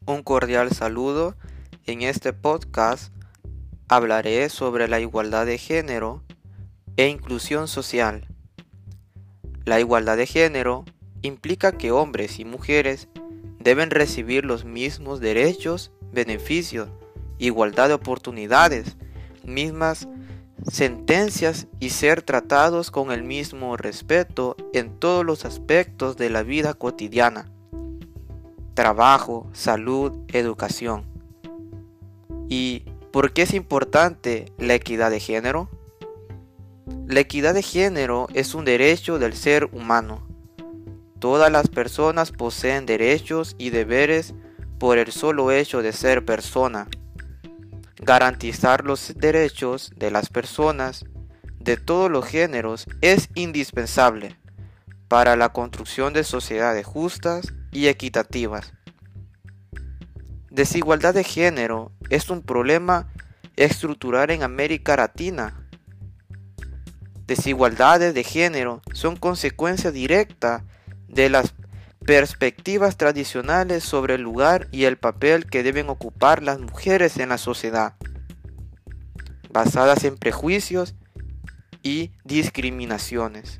Un cordial saludo. En este podcast hablaré sobre la igualdad de género e inclusión social. La igualdad de género implica que hombres y mujeres deben recibir los mismos derechos, beneficios, igualdad de oportunidades, mismas sentencias y ser tratados con el mismo respeto en todos los aspectos de la vida cotidiana: trabajo, salud, educación. ¿Y por qué es importante la equidad de género? La equidad de género es un derecho del ser humano. Todas las personas poseen derechos y deberes por el solo hecho de ser persona. Garantizar los derechos de las personas de todos los géneros es indispensable para la construcción de sociedades justas y equitativas. Desigualdad de género es un problema estructural en América Latina. Desigualdades de género son consecuencia directa de las perspectivas tradicionales sobre el lugar y el papel que deben ocupar las mujeres en la sociedad, basadas en prejuicios y discriminaciones.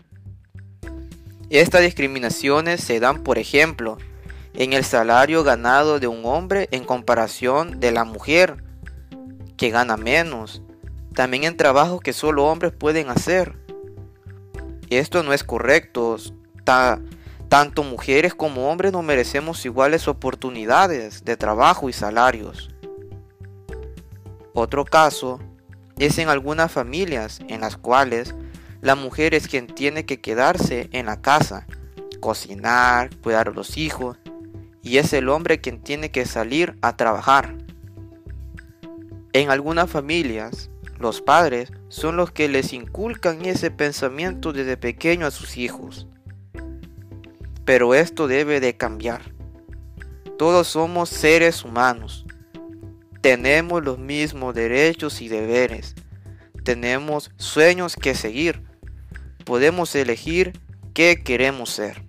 Estas discriminaciones se dan, por ejemplo, en el salario ganado de un hombre en comparación de la mujer, que gana menos, también en trabajos que solo hombres pueden hacer. Esto no es correcto. Tanto mujeres como hombres no merecemos iguales oportunidades de trabajo y salarios. Otro caso es en algunas familias en las cuales la mujer es quien tiene que quedarse en la casa, cocinar, cuidar a los hijos, y es el hombre quien tiene que salir a trabajar. En algunas familias, los padres son los que les inculcan ese pensamiento desde pequeño a sus hijos. Pero esto debe de cambiar. Todos somos seres humanos. Tenemos los mismos derechos y deberes. Tenemos sueños que seguir. Podemos elegir qué queremos ser.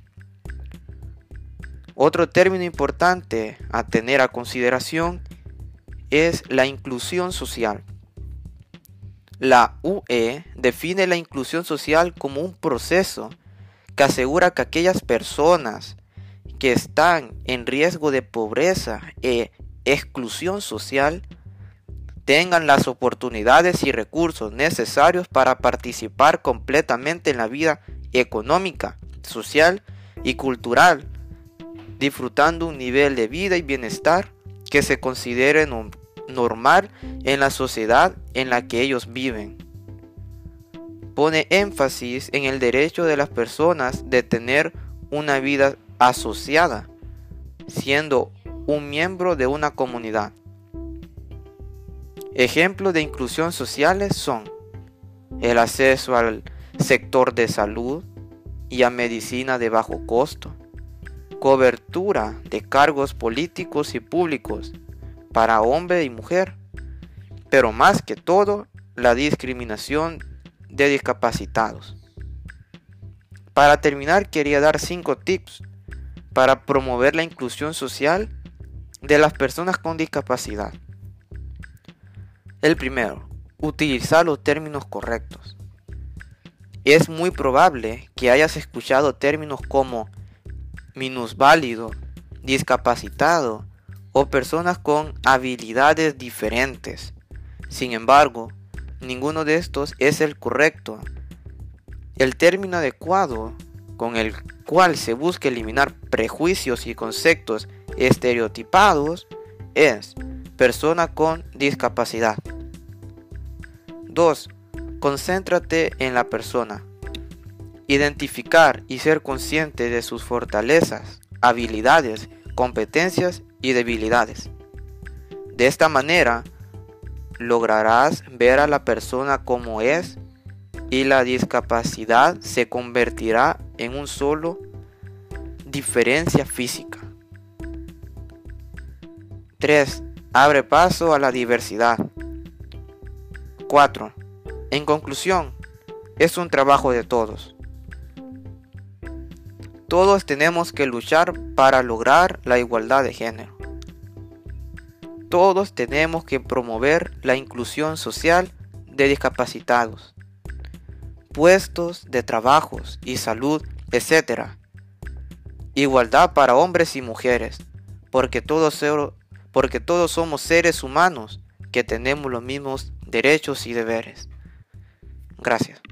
Otro término importante a tener a consideración es la inclusión social. La UE define la inclusión social como un proceso que asegura que aquellas personas que están en riesgo de pobreza e exclusión social tengan las oportunidades y recursos necesarios para participar completamente en la vida económica, social y cultural, disfrutando un nivel de vida y bienestar que se considere normal en la sociedad en la que ellos viven. Pone énfasis en el derecho de las personas de tener una vida asociada, siendo un miembro de una comunidad. Ejemplos de inclusión sociales son el acceso al sector de salud y a medicina de bajo costo, cobertura de cargos políticos y públicos para hombre y mujer, pero más que todo, la discriminación de discapacitados. Para terminar, quería dar 5 tips para promover la inclusión social de las personas con discapacidad. El primero, utilizar los términos correctos. Es muy probable que hayas escuchado términos como minusválido, discapacitado o personas con habilidades diferentes. Sin embargo, ninguno de estos es el correcto. El término adecuado con el cual se busca eliminar prejuicios y conceptos estereotipados es persona con discapacidad. 2. Concéntrate en la persona. Identificar y ser consciente de sus fortalezas, habilidades, competencias y debilidades. De esta manera, lograrás ver a la persona como es y la discapacidad se convertirá en un solo diferencia física. 3. Abre paso a la diversidad. 4. En conclusión, es un trabajo de todos. Todos tenemos que luchar para lograr la igualdad de género. todos tenemos que promover la inclusión social de discapacitados, puestos de trabajos y salud, etc. Igualdad para hombres y mujeres, porque todos somos seres humanos que tenemos los mismos derechos y deberes. Gracias.